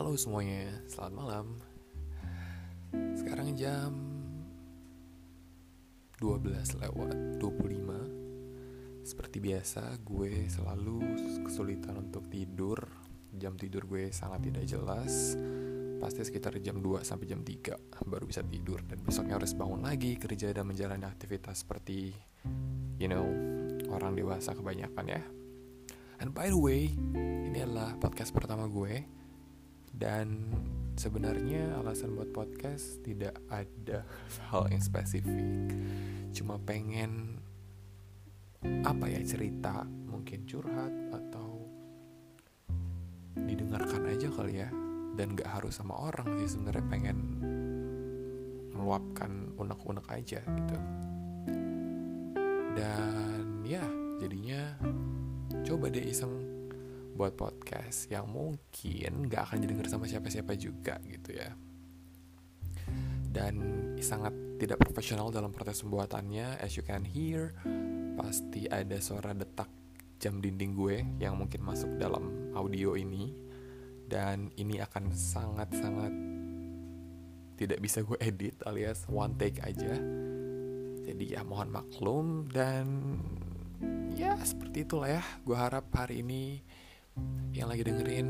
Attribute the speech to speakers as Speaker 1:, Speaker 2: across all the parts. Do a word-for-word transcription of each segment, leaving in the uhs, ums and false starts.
Speaker 1: Halo semuanya, selamat malam. Sekarang jam dua belas lewat dua puluh lima. Seperti biasa, gue selalu kesulitan untuk tidur. Jam tidur gue sangat tidak jelas. Pasti sekitar jam dua sampai jam tiga baru bisa tidur. Dan besoknya harus bangun lagi, kerja dan menjalani aktivitas seperti You know, orang dewasa kebanyakan ya. And by the way, ini adalah podcast pertama gue. Dan sebenarnya alasan buat podcast tidak ada hal yang spesifik. Cuma pengen apa ya, cerita, mungkin curhat atau didengarkan aja kali ya. Dan gak harus sama orang sih, sebenarnya pengen meluapkan unek-unek aja gitu. Dan ya jadinya coba deh iseng buat podcast yang mungkin gak akan didengar sama siapa-siapa juga gitu ya. Dan sangat tidak profesional dalam proses pembuatannya. As you can hear, pasti ada suara detak jam dinding gue yang mungkin masuk dalam audio ini. Dan ini akan sangat-sangat tidak bisa gue edit alias one take aja. Jadi ya mohon maklum. Dan ya seperti itulah ya. Gue harap hari ini yang lagi dengerin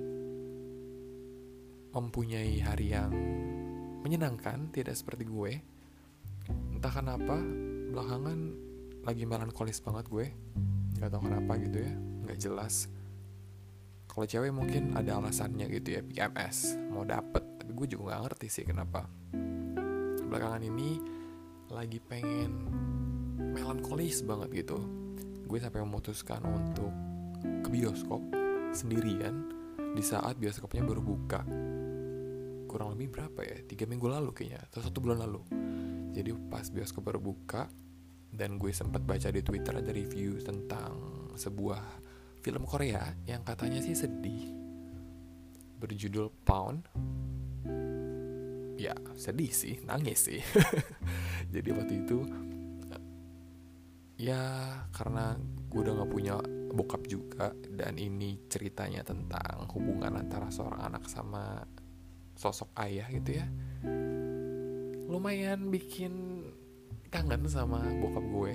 Speaker 1: mempunyai hari yang menyenangkan, tidak seperti gue. Entah kenapa belakangan lagi melankolis banget gue. Gak tahu kenapa gitu ya, gak jelas. Kalau cewek mungkin ada alasannya gitu ya, P M S, mau dapet. Tapi gue juga gak ngerti sih kenapa. Belakangan ini lagi pengen melankolis banget gitu. Gue sampai memutuskan untuk ke bioskop sendirian di saat bioskopnya baru buka. Kurang lebih berapa ya, tiga minggu lalu kayaknya, atau satu bulan lalu. Jadi pas bioskop baru buka, dan gue sempat baca di Twitter ada review tentang sebuah film Korea yang katanya sih sedih, berjudul Pound. Ya sedih sih, nangis sih. Jadi waktu itu ya karena gue udah gak punya bokap juga, dan ini ceritanya tentang hubungan antara seorang anak sama sosok ayah gitu ya, lumayan bikin kangen sama bokap gue.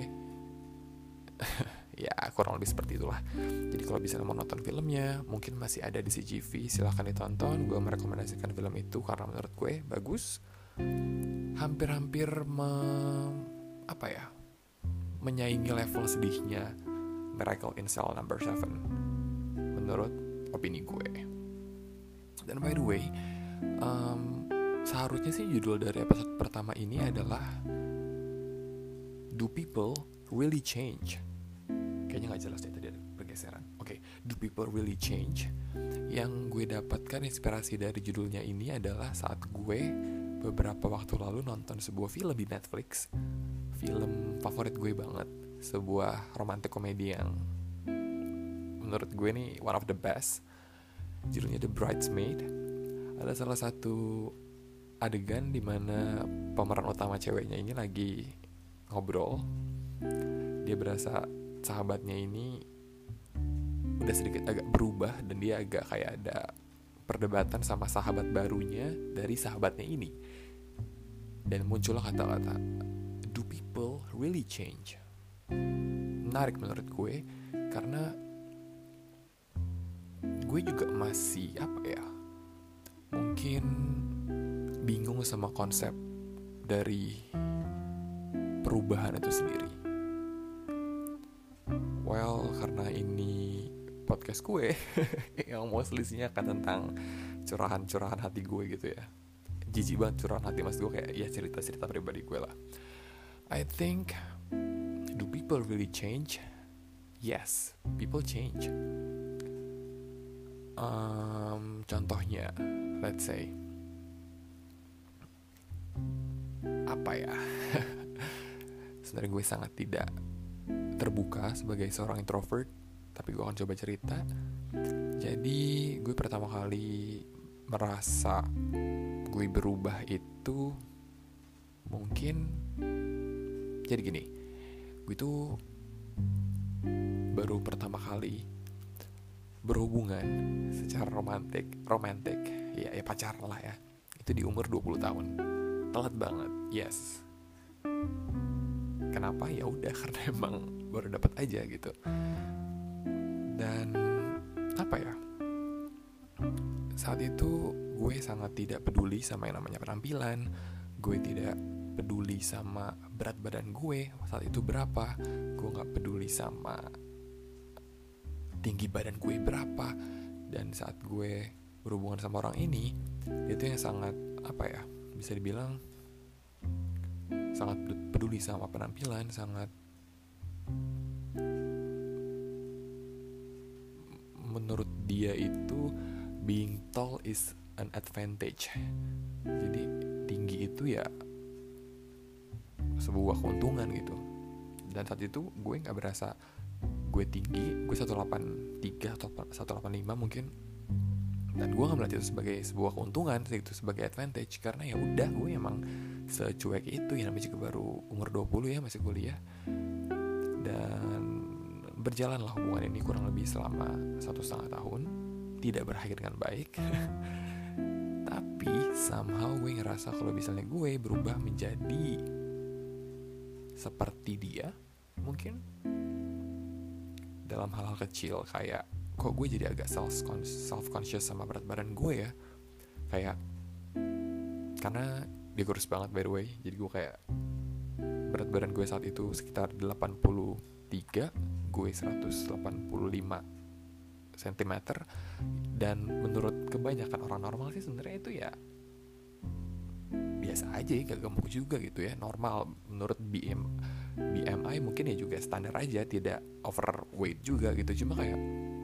Speaker 1: Ya kurang lebih seperti itulah. Jadi kalau bisa mau nonton filmnya, mungkin masih ada di C G V, silahkan ditonton. Gue merekomendasikan film itu karena menurut gue bagus. Hampir-hampir me, apa ya, menyaingi level sedihnya Miracle in Cell Number seven menurut opini gue. Dan by the way, um, seharusnya sih judul dari episode pertama ini adalah Do People Really Change? Kayaknya gak jelas deh, tadi ada pergeseran. Oke, okay. Do People Really Change? Yang gue dapatkan inspirasi dari judulnya ini adalah saat gue beberapa waktu lalu nonton sebuah film di Netflix. Film favorit gue banget, sebuah romantic komedi yang menurut gue nih one of the best. Judulnya The Bridesmaid. Ada salah satu adegan di mana pemeran utama ceweknya ini lagi ngobrol. Dia berasa sahabatnya ini udah sedikit agak berubah, dan dia agak kayak ada perdebatan sama sahabat barunya dari sahabatnya ini. Dan muncullah kata-kata Do people really change? Menarik menurut gue, karena gue juga masih apa ya, mungkin bingung sama konsep dari perubahan itu sendiri. Well, karena ini podcast gue yang mau selisihnya kan tentang curahan-curahan hati gue gitu ya. Jijik banget curahan hati, mas gue kayak ya cerita-cerita pribadi gue lah. I think, do people really change? Yes, people change. Um, contohnya, let's say, apa ya? Sebenarnya gue sangat tidak terbuka sebagai seorang introvert, tapi gue akan coba cerita. Jadi gue pertama kali merasa gue berubah itu mungkin, jadi gini, gue tuh baru pertama kali berhubungan secara romantik romantik ya, ya pacaran lah ya, itu di umur dua puluh tahun. Telat banget, yes. Kenapa? Ya udah karena emang baru dapat aja gitu. Dan apa ya, saat itu gue sangat tidak peduli sama yang namanya penampilan. Gue tidak peduli sama berat badan gue saat itu berapa. Gue gak peduli sama tinggi badan gue berapa. Dan saat gue berhubungan sama orang ini, itu yang sangat apa ya, bisa dibilang sangat peduli sama penampilan, sangat menurut dia itu being tall is an advantage. Jadi tinggi itu ya sebuah keuntungan gitu. Dan saat itu gue gak berasa gue tinggi, gue seratus delapan puluh tiga atau seratus delapan puluh lima mungkin. Dan gue gak melihat itu sebagai sebuah keuntungan, itu sebagai advantage. Karena ya udah, gue emang secuek itu ya, namanya juga baru umur dua puluh ya, masih kuliah. Dan berjalanlah hubungan ini kurang lebih selama satu setengah tahun, tidak berakhir dengan baik. Tapi somehow gue ngerasa kalau misalnya gue berubah menjadi seperti dia, mungkin dalam hal-hal kecil kayak kok gue jadi agak self conscious sama berat badan gue ya, kayak karena dia kurus banget by the way. Jadi gue kayak berat badan gue saat itu sekitar delapan puluh tiga, gue seratus delapan puluh lima sentimeter. Dan menurut kebanyakan orang normal sih sebenarnya itu ya biasa aja, gak gemuk juga gitu ya, normal. Menurut B M, B M I mungkin ya juga standar aja, tidak overweight juga gitu. Cuma kayak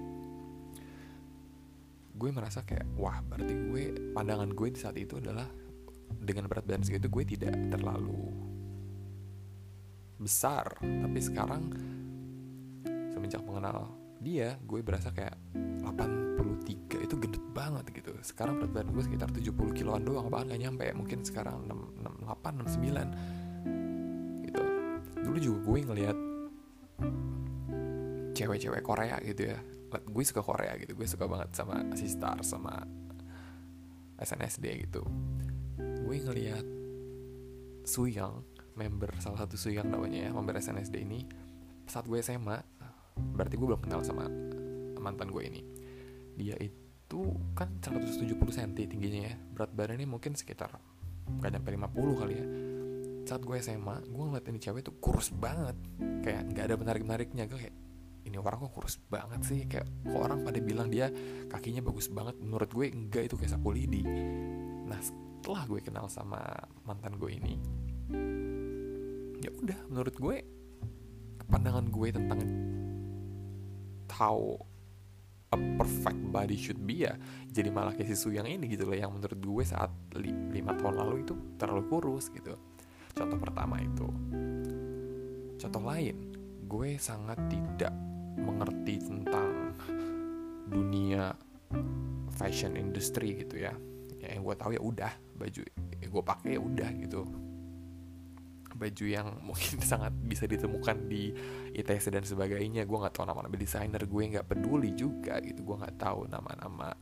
Speaker 1: gue merasa kayak wah, berarti gue, pandangan gue di saat itu adalah dengan berat badan segitu gue tidak terlalu besar. Tapi sekarang semenjak mengenal dia, gue berasa kayak delapan puluh tiga itu gendut banget gitu. Sekarang berat badan gue sekitar tujuh puluh kiloan doang, bahkan gak nyampe, mungkin sekarang enam puluh delapan, enam puluh sembilan gitu. Dulu juga gue ngelihat cewek-cewek Korea gitu ya, gue suka Korea gitu, gue suka banget sama Sistar, sama S N S D gitu. Gue ngelihat Suyang, member salah satu Suyang namanya ya, member S N S D ini, saat gue S M A, berarti gue belum kenal sama mantan gue ini. Dia itu kan seratus tujuh puluh sentimeter tingginya ya, berat badannya mungkin sekitar gak nyampe lima puluh kali ya. Saat gue S M A, gue ngeliat ini cewek tuh kurus banget, kayak gak ada menarik-menariknya. Gue kayak, ini orang kok kurus banget sih, kayak kok orang pada bilang dia kakinya bagus banget, menurut gue enggak, itu kayak sapu lidi. Nah setelah gue kenal sama mantan gue ini, ya udah, menurut gue pandangan gue tentang how a perfect body should be ya jadi malah kayak si Suyang ini gitu loh, yang menurut gue saat lima tahun lalu itu terlalu kurus gitu. Contoh pertama itu. Contoh lain, gue sangat tidak mengerti tentang dunia fashion industry gitu ya. Ya yang gue tahu ya udah, baju ya gue pakai ya udah gitu, baju yang mungkin sangat bisa ditemukan di I T S dan sebagainya. Gue nggak tahu nama-nama desainer, gue nggak peduli juga gitu. Gue nggak tahu nama-nama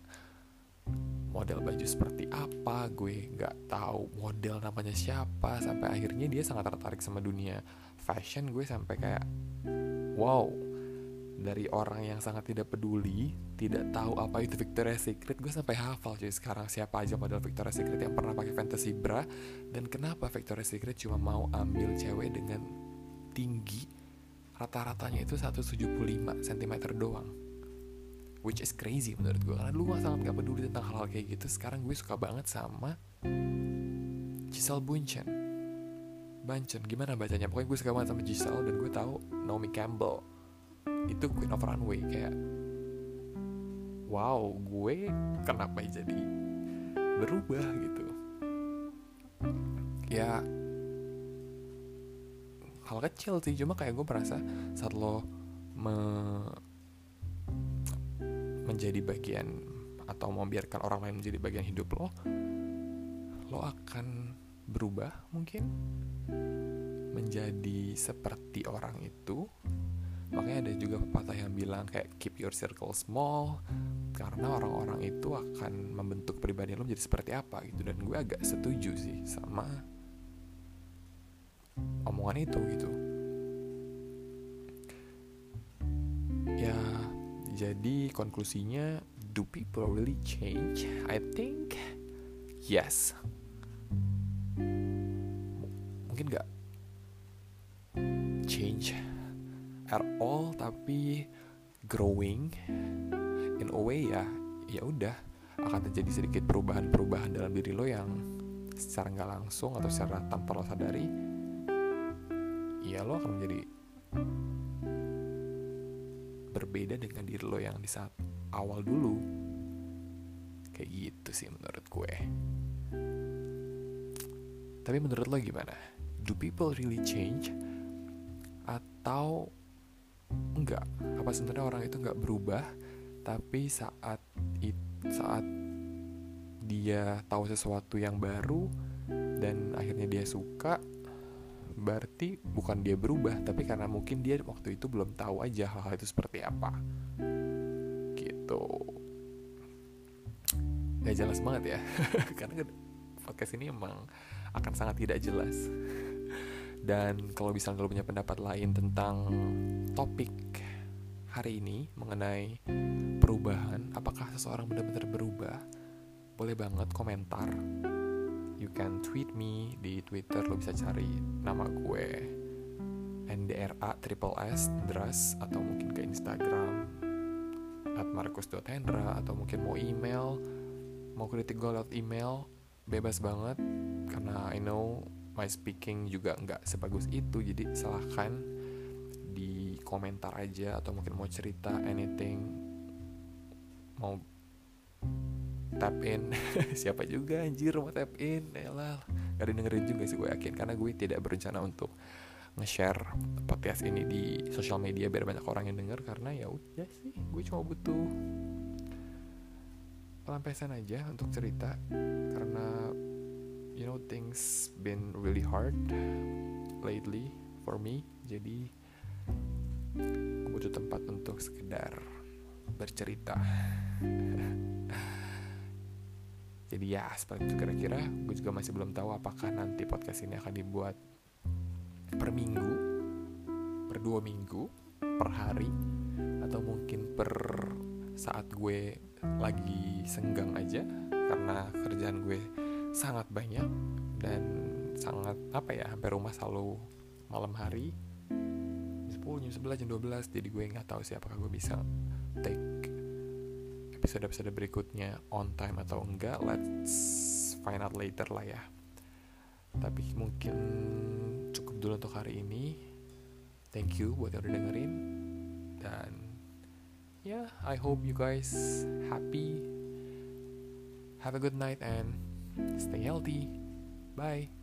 Speaker 1: model baju seperti apa, gue nggak tahu model namanya siapa. Sampai akhirnya dia sangat tertarik sama dunia fashion. Gue sampai kayak wow, dari orang yang sangat tidak peduli, tidak tahu apa itu Victoria's Secret, gue sampai hafal cuy sekarang siapa aja model Victoria's Secret yang pernah pakai fantasy bra, dan kenapa Victoria's Secret cuma mau ambil cewek dengan tinggi rata-ratanya itu seratus tujuh puluh lima sentimeter doang, which is crazy menurut gue. Karena dulu gue sangat gak peduli tentang hal-hal kayak gitu. Sekarang gue suka banget sama Giselle Bündchen, Bündchen gimana bacanya, pokoknya gue suka banget sama Giselle. Dan gue tahu Naomi Campbell itu Queen of Runway. Kayak wow, gue kenapa jadi berubah gitu ya. Hal kecil sih, cuma kayak gue merasa saat lo me- menjadi bagian atau membiarkan orang lain menjadi bagian hidup lo, lo akan berubah mungkin menjadi seperti orang itu. Makanya ada juga pepatah yang bilang kayak keep your circle small, karena orang-orang itu akan membentuk pribadi lo menjadi seperti apa gitu. Dan gue agak setuju sih sama omongan itu gitu. Ya, jadi konklusinya, do people really change? I think yes. M- mungkin gak change at all, tapi growing in a way ya, ya udah akan terjadi sedikit perubahan-perubahan dalam diri lo yang secara nggak langsung atau secara tanpa lo sadari, ya lo akan menjadi berbeda dengan diri lo yang di saat awal dulu. Kayak gitu sih menurut gue. Tapi menurut lo gimana? Do people really change? Atau enggak? Apa sebenarnya orang itu enggak berubah, tapi saat it, saat dia tahu sesuatu yang baru dan akhirnya dia suka, berarti bukan dia berubah, tapi karena mungkin dia waktu itu belum tahu aja hal-hal itu seperti apa. Gitu. Gak jelas banget ya. Karena podcast ini emang akan sangat tidak jelas. Dan kalau misalnya lo punya pendapat lain tentang topik hari ini mengenai perubahan, apakah seseorang benar-benar berubah, boleh banget komentar. You can tweet me di Twitter, lo bisa cari nama gue N D R A triple S Dras, atau mungkin ke Instagram at marcus dot hendra, atau mungkin mau email, mau kritik gue lewat email, bebas banget. Karena I know my speaking juga nggak sebagus itu, jadi silahkan di komentar aja, atau mungkin mau cerita anything, mau tap in. Siapa juga anjir mau tap in, elah gak dengerin juga sih gue yakin, karena gue tidak berencana untuk nge-share podcast ini di sosial media biar banyak orang yang denger, karena ya udah sih gue cuma butuh pelampiasan aja untuk cerita, karena you know things been really hard lately for me. Jadi gue butuh tempat untuk sekedar bercerita. Jadi ya seperti itu kira-kira. Gue juga masih belum tahu apakah nanti podcast ini akan dibuat per minggu, per dua minggu, per hari, atau mungkin per saat gue lagi senggang aja, karena kerjaan gue sangat banyak dan sangat apa ya, sampai rumah selalu malam hari, jam sepuluh, jam sebelas, jam dua belas. Jadi gue nggak tahu sih apakah gue bisa take episode-episode berikutnya on time atau enggak. Let's find out later lah ya. Tapi mungkin cukup dulu untuk hari ini. Thank you buat yang udah dengerin. Dan yeah, I hope you guys happy. Have a good night and stay healthy. Bye.